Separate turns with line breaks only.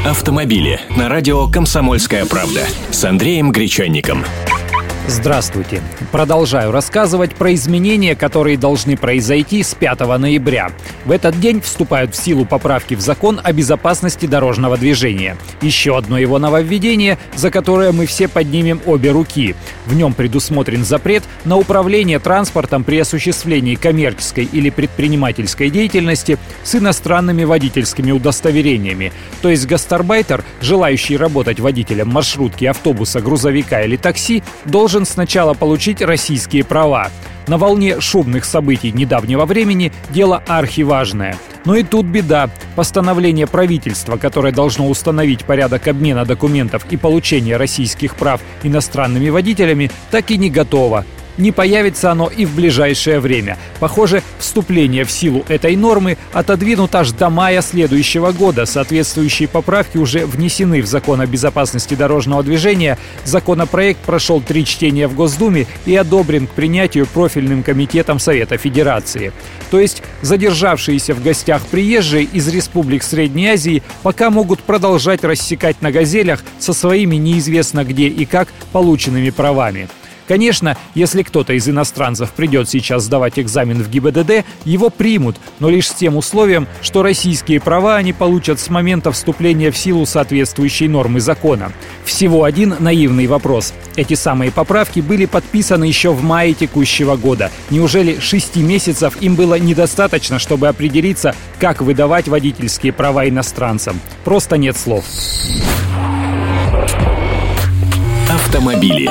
Автомобили на радио «Комсомольская правда» с Андреем Гречанником.
Здравствуйте. Продолжаю рассказывать про изменения, которые должны произойти с 5 ноября. В этот день вступают в силу поправки в Закон о безопасности дорожного движения. Еще одно его нововведение, за которое мы все поднимем обе руки. В нем предусмотрен запрет на управление транспортом при осуществлении коммерческой или предпринимательской деятельности с иностранными водительскими удостоверениями. То есть гастарбайтер, желающий работать водителем маршрутки, автобуса, грузовика или такси, должен сначала получить российские права. На волне шумных событий недавнего времени дело архиважное. Но и тут беда. Постановление правительства, которое должно установить порядок обмена документов и получения российских прав иностранными водителями, так и не готово. Не появится оно и в ближайшее время. Похоже, вступление в силу этой нормы отодвинут аж до мая следующего года. Соответствующие поправки уже внесены в Закон о безопасности дорожного движения. Законопроект прошел 3 чтения в Госдуме и одобрен к принятию профильным комитетом Совета Федерации. То есть задержавшиеся в гостях приезжие из республик Средней Азии пока могут продолжать рассекать на «Газелях» со своими неизвестно где и как полученными правами. Конечно, если кто-то из иностранцев придет сейчас сдавать экзамен в ГИБДД, его примут, но лишь с тем условием, что российские права они получат с момента вступления в силу соответствующей нормы закона. Всего один наивный вопрос. Эти самые поправки были подписаны еще в мае текущего года. Неужели 6 месяцев им было недостаточно, чтобы определиться, как выдавать водительские права иностранцам? Просто нет слов.
Автомобили.